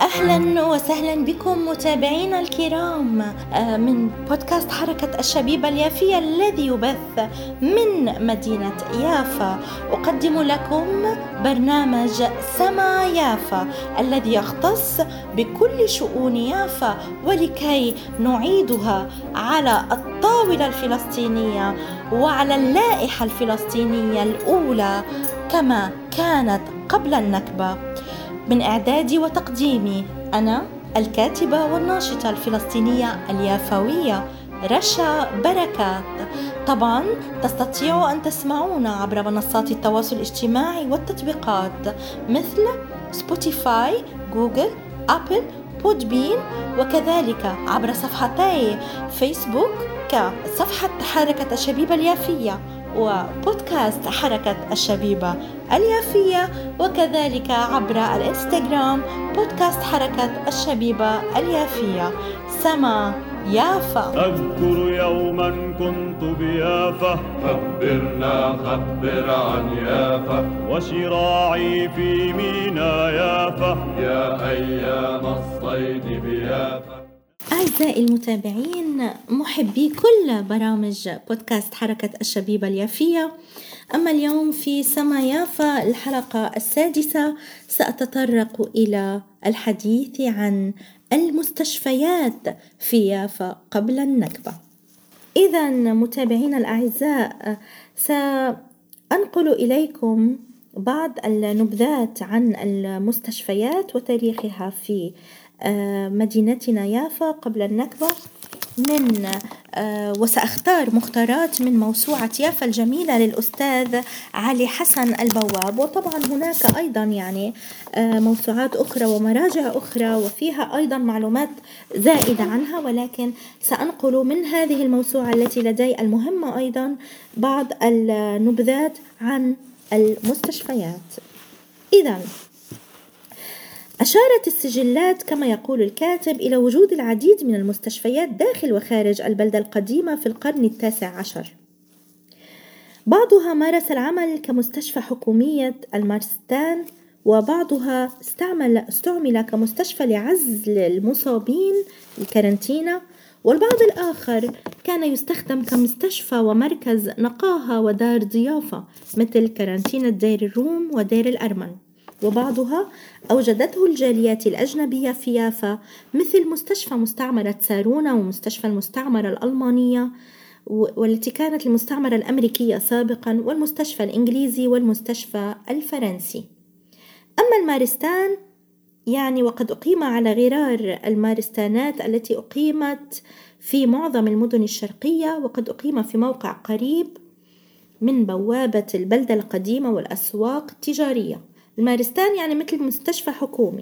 أهلا وسهلا بكم متابعينا الكرام من بودكاست حركة الشبيبة اليافية الذي يبث من مدينة يافا. أقدم لكم برنامج سما يافا الذي يختص بكل شؤون يافا، ولكي نعيدها على الطاولة الفلسطينية وعلى اللائحة الفلسطينية الأولى كما كانت قبل النكبة. من إعدادي وتقديمي أنا الكاتبة والناشطة الفلسطينية اليافوية رشا بركات. طبعا تستطيعوا أن تسمعونا عبر منصات التواصل الاجتماعي والتطبيقات مثل سبوتيفاي، جوجل، أبل، بودبين، وكذلك عبر صفحتي فيسبوك كصفحة حركة الشبيبة اليافية وبودكاست حركة الشبيبة اليافية، وكذلك عبر الانستغرام بودكاست حركة الشبيبة اليافية. سما يافا. أذكر يوما كنت بيافا، خبر عن يافا، وشراعي في مينا يافا، يا أيام الصيد بيافا. أعزائي المتابعين محبي كل برامج بودكاست حركة الشبيبة اليافية، أما اليوم في سما يافا الحلقة السادسة سأتطرق إلى الحديث عن المستشفيات في يافا قبل النكبة. إذا متابعينا الأعزاء سأنقل إليكم بعض النبذات عن المستشفيات وتاريخها في مدينتنا يافا قبل النكبة وسأختار مختارات من موسوعة يافا الجميلة للأستاذ علي حسن البواب، وطبعا هناك أيضا موسوعات أخرى ومراجع أخرى وفيها أيضا معلومات زائدة عنها، ولكن سأنقل من هذه الموسوعة التي لدي المهمة أيضا بعض النبذات عن المستشفيات. إذن أشارت السجلات كما يقول الكاتب إلى وجود العديد من المستشفيات داخل وخارج البلدة القديمة في القرن 19. بعضها مارس العمل كمستشفى حكومية المارستان، وبعضها استعمل كمستشفى لعزل المصابين الكارنتينا، والبعض الآخر كان يستخدم كمستشفى ومركز نقاهة ودار ضيافة مثل كارنتينا دير الروم ودير الأرمن، وبعضها أوجدته الجاليات الأجنبية في يافا مثل مستشفى مستعمرة سارونا ومستشفى المستعمرة الألمانية والتي كانت المستعمرة الأمريكية سابقا، والمستشفى الإنجليزي والمستشفى الفرنسي. أما المارستان وقد أقيم على غرار المارستانات التي أقيمت في معظم المدن الشرقية، وقد أقيم في موقع قريب من بوابة البلدة القديمة والأسواق التجارية. المارستان مثل مستشفى حكومي.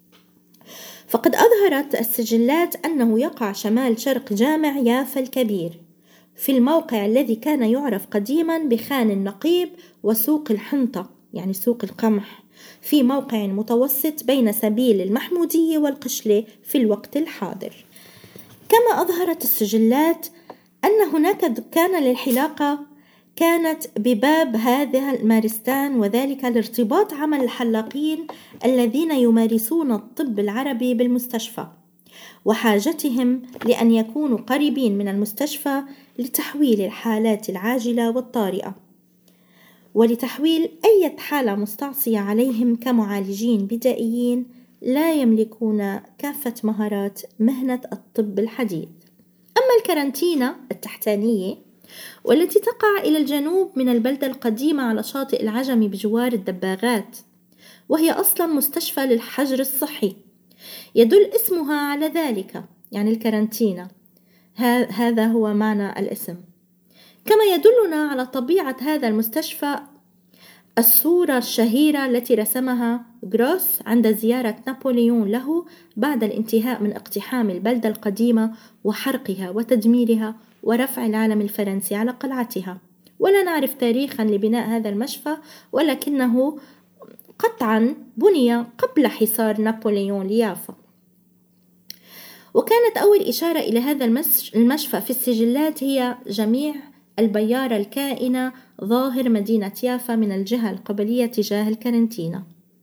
فقد أظهرت السجلات أنه يقع شمال شرق جامع يافا الكبير في الموقع الذي كان يعرف قديما بخان النقيب وسوق الحنطة سوق القمح، في موقع متوسط بين سبيل المحمودية والقشلة في الوقت الحاضر. كما أظهرت السجلات أن هناك دكان للحلاقة كانت بباب هذا المارستان، وذلك لارتباط عمل الحلاقين الذين يمارسون الطب العربي بالمستشفى وحاجتهم لأن يكونوا قريبين من المستشفى لتحويل الحالات العاجلة والطارئة، ولتحويل أي حالة مستعصية عليهم كمعالجين بدائيين لا يملكون كافة مهارات مهنة الطب الحديث. أما الكارنتينا التحتانية والتي تقع إلى الجنوب من البلدة القديمة على شاطئ العجم بجوار الدباغات، وهي أصلا مستشفى للحجر الصحي، يدل اسمها على ذلك الكارنتينا، هذا هو معنى الاسم. كما يدلنا على طبيعة هذا المستشفى الصورة الشهيرة التي رسمها غروس عند زيارة نابليون له بعد الانتهاء من اقتحام البلدة القديمة وحرقها وتدميرها ورفع العلم الفرنسي على قلعتها. ولا نعرف تاريخا لبناء هذا المشفى، ولكنه قطعا بني قبل حصار نابليون ليافا. وكانت أول إشارة إلى هذا المشفى في السجلات هي جميع البيارة الكائنة ظاهر مدينة يافا من الجهة القبلية تجاه الكارنتينا،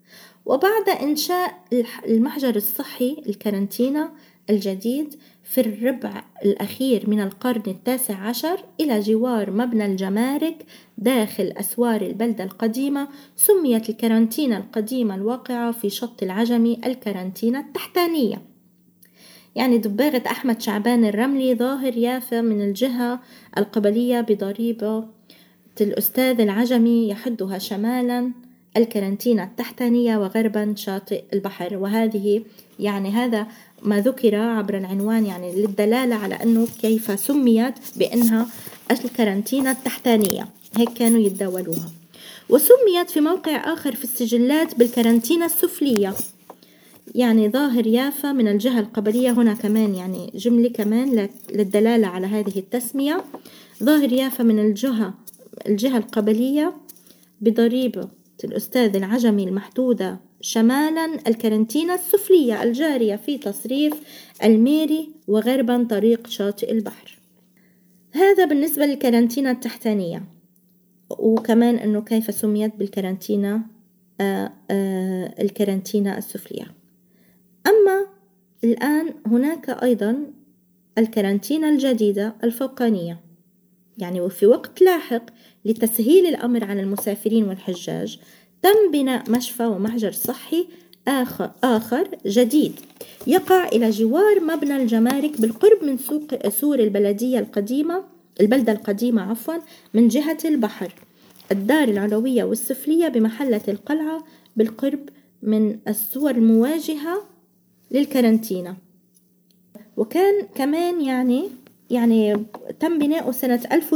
وبعد إنشاء المحجر الصحي الكارنتينا الجديد في الربع الأخير من القرن 19 إلى جوار مبنى الجمارك داخل أسوار البلدة القديمة، سميت الكارنتينا القديمة الواقعة في شط العجمي الكارنتينا التحتانية. يعني دباغة أحمد شعبان الرملي ظاهر يافا من الجهة القبلية بضريبة الأستاذ العجمي يحدها شمالا الكارنتينا التحتانية وغربا شاطئ البحر. وهذه يعني هذا ما ذكر عبر العنوان يعني للدلالة على أنه كيف سميت بأنها الكارنتينا التحتانية، هيك كانوا يتداولوها. وسميت في موقع آخر في السجلات بالكارنتينا السفلية، يعني ظاهر يافا من الجهة القبلية. هنا كمان يعني جملة كمان للدلالة على هذه التسمية، ظاهر يافا من الجهة القبلية بضريبة الأستاذ العجمي المحدودة شمالا الكارنتينا السفلية الجارية في تصريف الميري وغربا طريق شاطئ البحر. هذا بالنسبة للكارنتينا التحتانية، وكمان أنه كيف سميت بالكارنتينا الكارنتينا السفلية. أما الآن هناك أيضا الكارنتينا الجديدة الفوقانية، يعني وفي وقت لاحق لتسهيل الأمر على المسافرين والحجاج تم بناء مشفى ومحجر صحي آخر جديد يقع إلى جوار مبنى الجمارك بالقرب من سور البلدة القديمة من جهة البحر. الدار العلوية والسفلية بمحلة القلعة بالقرب من السور المواجهة للكارنتينا. وكان كمان يعني تم بناؤه سنة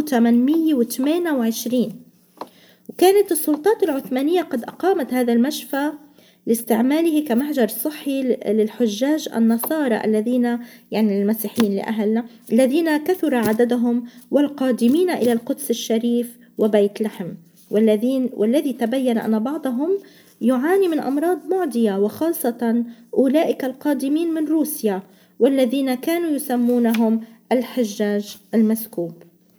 1828، وكانت السلطات العثمانية قد أقامت هذا المشفى لاستعماله كمحجر صحي للحجاج النصارى الذين يعني المسيحيين لأهلنا الذين كثر عددهم والقادمين إلى القدس الشريف وبيت لحم، والذي تبين أن بعضهم يعاني من أمراض معدية، وخاصة أولئك القادمين من روسيا والذين كانوا يسمونهم الحجاج المسكوب.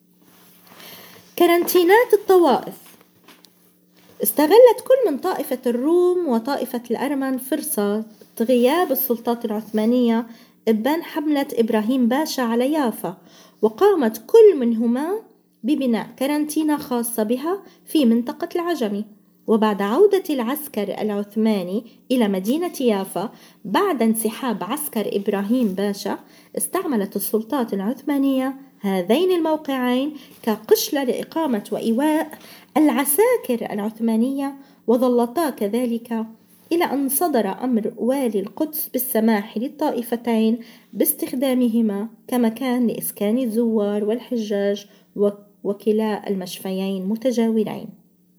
كارنتينات الطوائف. استغلت كل من طائفة الروم وطائفة الأرمن فرصة غياب السلطات العثمانية إبان حملة إبراهيم باشا على يافا، وقامت كل منهما ببناء كارنتينا خاصة بها في منطقة العجمي. وبعد عودة العسكر العثماني إلى مدينة يافا بعد انسحاب عسكر إبراهيم باشا، استعملت السلطات العثمانية هذين الموقعين كقشلة لإقامة وإيواء العساكر العثمانية، وظلتا كذلك إلى أن صدر أمر والي القدس بالسماح للطائفتين باستخدامهما كمكان لإسكان الزوار والحجاج، وكلا المشفيين متجاورين.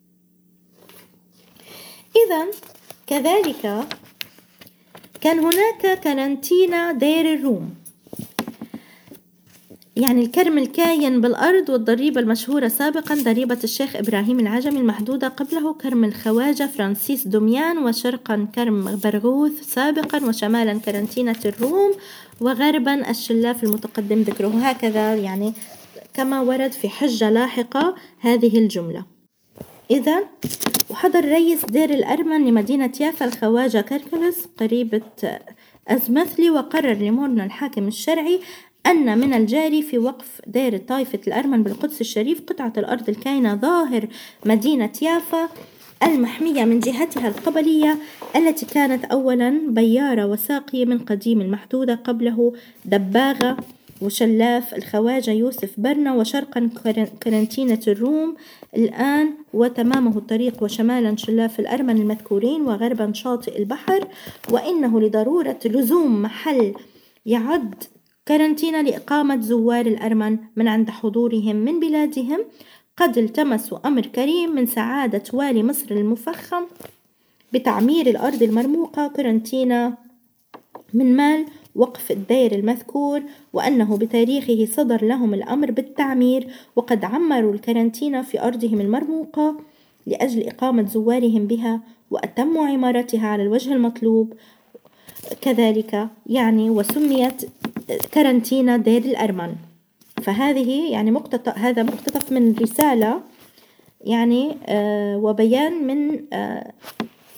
إذن كذلك كان هناك كارنتينا دير الروم، يعني الكرم الكاين بالأرض والضريبة المشهورة سابقا ضريبة الشيخ إبراهيم العجمي المحدودة، قبله كرم الخواجة فرانسيس دوميان، وشرقا كرم برغوث سابقا، وشمالا كارنتينة الروم، وغربا الشلاف المتقدم ذكره. هكذا يعني كما ورد في حجة لاحقة هذه الجملة. إذن وحضر رئيس دير الأرمن لمدينة يافا الخواجة كركلس قريبة أزمثلي، وقرر لمورنا الحاكم الشرعي أن من الجاري في وقف دير طائفة الأرمن بالقدس الشريف قطعة الأرض الكائنة ظاهر مدينة يافا المحمية من جهتها القبلية، التي كانت أولا بيارة وساقية من قديم المحدودة، قبله دباغة وشلاف الخواجة يوسف برنا، وشرقا كارنتينة الروم الآن وتمامه الطريق، وشمالا شلاف الأرمن المذكورين، وغربا شاطئ البحر. وإنه لضرورة لزوم محل يعد كارنتينا لإقامة زوار الأرمن من عند حضورهم من بلادهم، قد التمسوا أمر كريم من سعادة والي مصر المفخم بتعمير الأرض المرموقة كارنتينا من مال وقف الدير المذكور، وأنه بتاريخه صدر لهم الأمر بالتعمير، وقد عمروا الكارنتينا في أرضهم المرموقة لأجل إقامة زوارهم بها، وأتموا عمارتها على الوجه المطلوب كذلك يعني، وسميت كارنتينا دير الأرمن. فهذه يعني هذا مقتطف من رسالة يعني وبيان من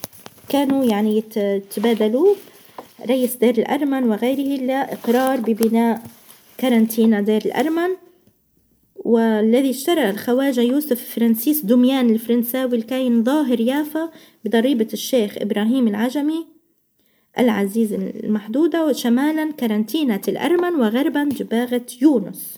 كانوا يعني يتبادلوا رئيس دير الأرمن وغيره لإقرار ببناء كارنتينا دير الأرمن، والذي اشترى الخواجة يوسف فرانسيس دميان الفرنساوي الكاين ظاهر يافا بضريبة الشيخ إبراهيم العجمي العزيز المحدودة، وشمالا كارنتينة الأرمن وغربا جباغة يونس.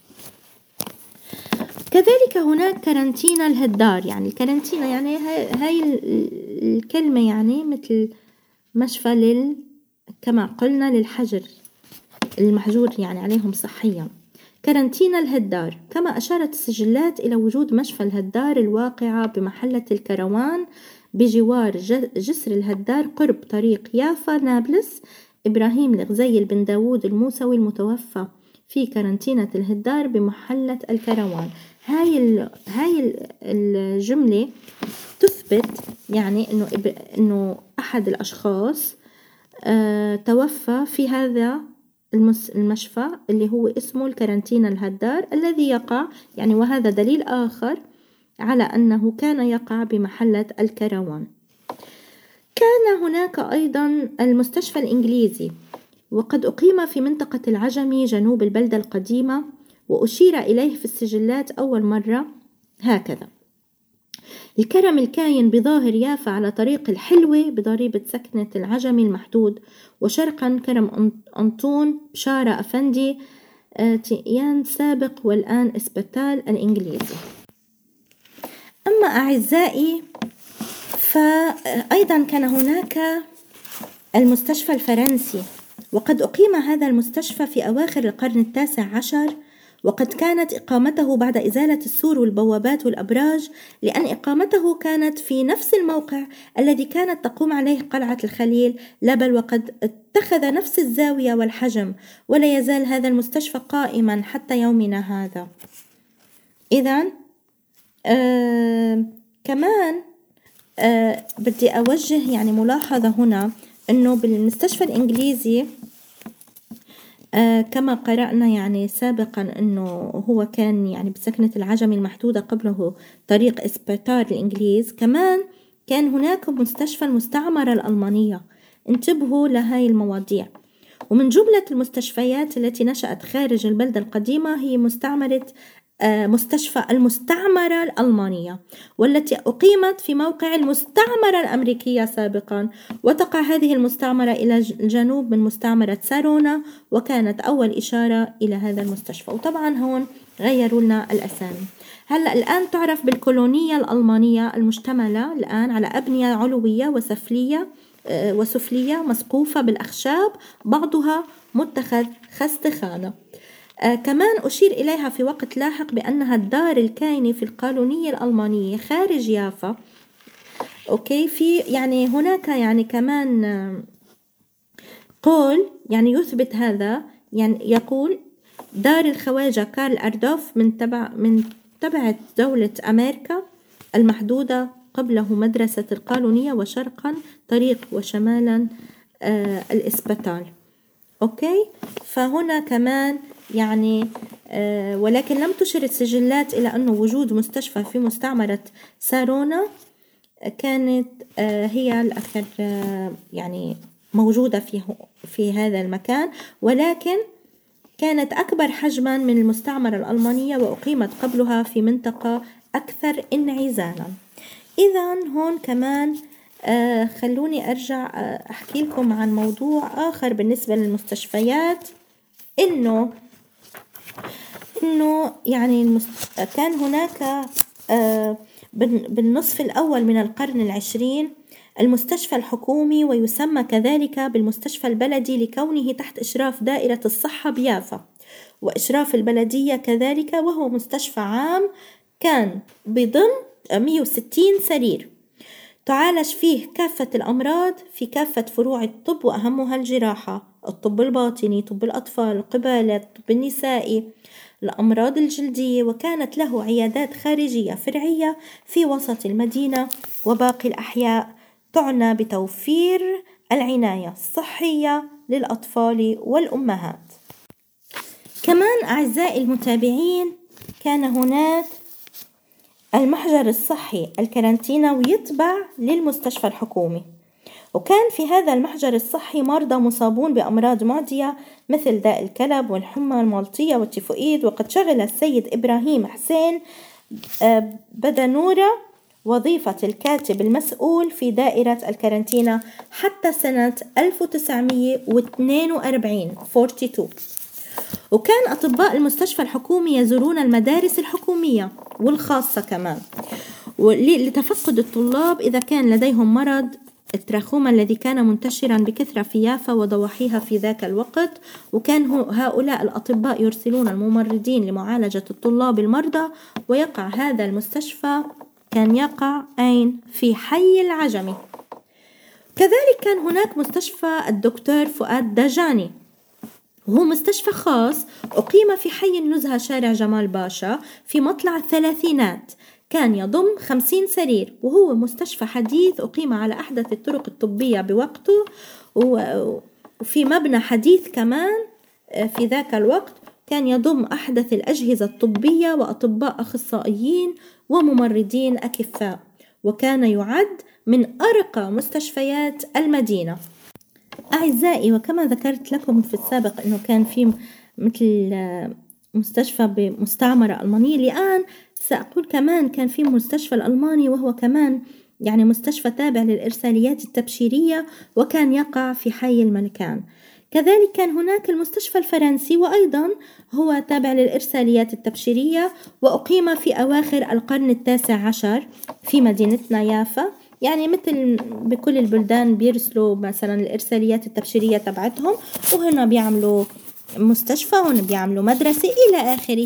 كذلك هناك كارنتينا الهدار. يعني الكارنتينا يعني هاي الكلمة يعني مثل مشفى كما قلنا للحجر المحجور يعني عليهم صحيا. كارنتينا الهدار، كما أشارت السجلات إلى وجود مشفى الهدار الواقعة بمحلة الكروان بجوار جسر الهدار قرب طريق يافا نابلس. إبراهيم الغزيل بن داود الموسوي المتوفى في كارنتينة الهدار بمحلة الكروان. هاي الجملة تثبت يعني إنه أحد الأشخاص توفى في هذا المشفى اللي هو اسمه الكارنتينا الهدار الذي يقع يعني، وهذا دليل آخر على أنه كان يقع بمحلة الكروان. كان هناك أيضا المستشفى الإنجليزي، وقد أقيم في منطقة العجمي جنوب البلدة القديمة، وأشير إليه في السجلات أول مرة هكذا: الكرم الكاين بظاهر يافا على طريق الحلوة بضريبة سكنة العجمي المحدود، وشرقا كرم أنطون بشارة أفندي تيان سابق والآن إسبيتال الإنجليزي. أما أعزائي، فأيضا كان هناك المستشفى الفرنسي، وقد أقيم هذا المستشفى في أواخر القرن 19، وقد كانت إقامته بعد إزالة السور والبوابات والأبراج، لأن إقامته كانت في نفس الموقع الذي كانت تقوم عليه قلعة الخليل، لا بل وقد اتخذ نفس الزاوية والحجم، ولا يزال هذا المستشفى قائما حتى يومنا هذا. إذن كمان بدي أوجه يعني ملاحظة هنا أنه بالمستشفى الإنجليزي كما قرأنا يعني سابقا أنه هو كان يعني بسكنة العجمي المحدودة قبله طريق إسبيتال الإنجليز. كمان كان هناك مستشفى المستعمرة الألمانية. انتبهوا لهاي المواضيع. ومن جملة المستشفيات التي نشأت خارج البلدة القديمة هي مستشفى المستعمرة الألمانية، والتي أقيمت في موقع المستعمرة الأمريكية سابقا، وتقع هذه المستعمرة إلى الجنوب من مستعمرة سارونا، وكانت أول إشارة إلى هذا المستشفى. وطبعا هون غيروا لنا الأسامي. هلأ الآن تعرف بالكولونية الألمانية المشتملة الآن على أبنية علوية وسفلية مسقوفة بالأخشاب، بعضها متخذ خستخانة. كمان أشير إليها في وقت لاحق بأنها الدار الكاينة في القالونية الألمانية خارج يافا. في يعني هناك يعني كمان قول يعني يثبت هذا، يعني يقول دار الخواجة كارل أردوف من تبع دولة أمريكا المحدودة، قبله مدرسة القالونية، وشرقا طريق، وشمالا الإسبيتال. فهنا كمان يعني ولكن لم تشر السجلات إلى أنه وجود مستشفى في مستعمرة سارونا كانت هي الأكثر يعني موجودة في هذا المكان، ولكن كانت أكبر حجما من المستعمرة الألمانية، وأقيمت قبلها في منطقة أكثر انعزالا. إذن هون كمان خلوني أرجع أحكي لكم عن موضوع آخر بالنسبة للمستشفيات، إنه يعني كان هناك بالنصف الأول من القرن 20 المستشفى الحكومي، ويسمى كذلك بالمستشفى البلدي لكونه تحت إشراف دائرة الصحة بيافا وإشراف البلدية كذلك، وهو مستشفى عام كان بضم 160 سرير، تعالج فيه كافة الأمراض في كافة فروع الطب، وأهمها الجراحة، الطب الباطني، طب الأطفال، القبالة، الطب النسائي، الأمراض الجلدية، وكانت له عيادات خارجية فرعية في وسط المدينة وباقي الأحياء تعنى بتوفير العناية الصحية للأطفال والأمهات. كمان أعزائي المتابعين كان هناك المحجر الصحي الكارنتينا ويتبع للمستشفى الحكومي، وكان في هذا المحجر الصحي مرضى مصابون بأمراض معدية مثل داء الكلب والحمى المالطية والتيفوئيد. وقد شغل السيد إبراهيم حسين بدنورة وظيفة الكاتب المسؤول في دائرة الكارنتينا حتى سنة 1942. وكان أطباء المستشفى الحكومي يزورون المدارس الحكومية والخاصة كمان لتفقد الطلاب إذا كان لديهم مرض التراخوما الذي كان منتشرا بكثرة في يافا وضواحيها في ذاك الوقت. وكان هؤلاء الأطباء يرسلون الممرضين لمعالجة الطلاب المرضى. ويقع هذا المستشفى كان يقع أين؟ في حي العجمي. كذلك كان هناك مستشفى الدكتور فؤاد دجاني، وهو مستشفى خاص أقيم في حي النزهة شارع جمال باشا في مطلع الثلاثينات. كان يضم 50 سرير، وهو مستشفى حديث أقيم على أحدث الطرق الطبية بوقته، وفي مبنى حديث كمان في ذاك الوقت. كان يضم أحدث الأجهزة الطبية وأطباء أخصائيين وممرضين أكفاء، وكان يعد من أرقى مستشفيات المدينة. أعزائي، وكما ذكرت لكم في السابق أنه كان في مثل مستشفى بمستعمرة ألمانية، الآن سأقول كمان كان في مستشفى الألماني، وهو كمان يعني مستشفى تابع للإرساليات التبشيرية، وكان يقع في حي الملكان. كذلك كان هناك المستشفى الفرنسي، وأيضا هو تابع للإرساليات التبشيرية، وأقيم في أواخر القرن 19 في مدينتنا يافا. يعني مثل بكل البلدان بيرسلوا مثلا الإرساليات التبشيرية تبعتهم، وهنا بيعملوا مستشفى، وهنا بيعملوا مدرسة إلى آخره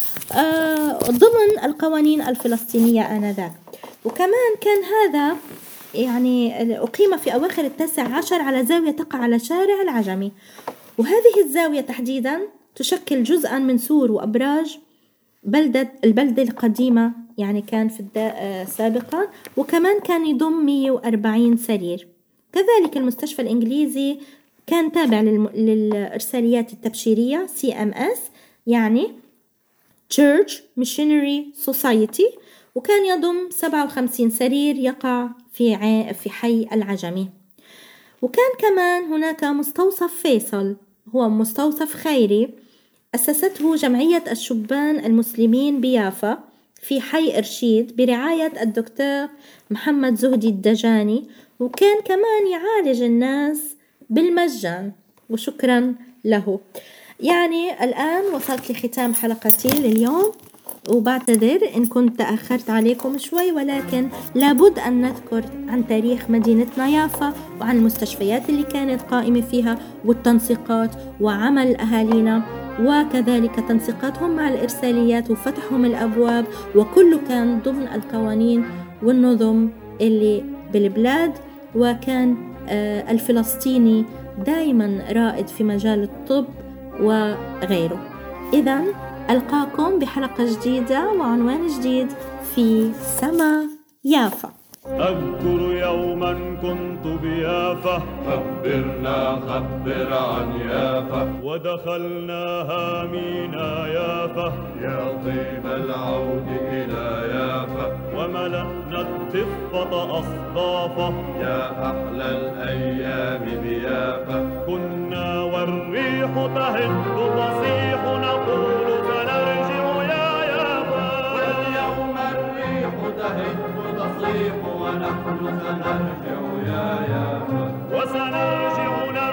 ضمن القوانين الفلسطينية آنذاك. وكمان كان هذا يعني أقيم في أواخر 19 على زاوية تقع على شارع العجمي، وهذه الزاوية تحديدا تشكل جزءا من سور وأبراج البلدة القديمة، يعني كان في سابقا. وكمان كان يضم 140 سرير. كذلك المستشفى الإنجليزي كان تابع للإرساليات التبشيرية CMS، يعني Church Missionary Society، وكان يضم 57 سرير يقع في حي العجمي. وكان كمان هناك مستوصف فيصل، هو مستوصف خيري أسسته جمعية الشبان المسلمين بيافا في حي إرشيد برعاية الدكتور محمد زهدي الدجاني، وكان كمان يعالج الناس بالمجان، وشكرا له. يعني الآن وصلت لختام حلقتي لليوم، وبعتذر إن كنت تأخرت عليكم شوي، ولكن لابد أن نذكر عن تاريخ مدينتنا يافا وعن المستشفيات اللي كانت قائمة فيها والتنسيقات وعمل أهالينا، وكذلك تنسيقاتهم مع الإرساليات وفتحهم الأبواب، وكله كان ضمن القوانين والنظم اللي بالبلاد. وكان الفلسطيني دائما رائد في مجال الطب وغيره. إذن ألقاكم بحلقة جديدة وعنوان جديد في سما يافا. أذكر يوما كنت بيافا، خبر عن يافا، ودخلناها مينا يافا، يا طيب العود إلى يافا، وملأنا الضفة أصدافا، يا أحلى الأيام بيافا، كنا والريح تهد تصيح نقول سنرجع يا يافا، واليوم الريح تهب تصيح ونحن سنرجع يا يافا، وسنرجع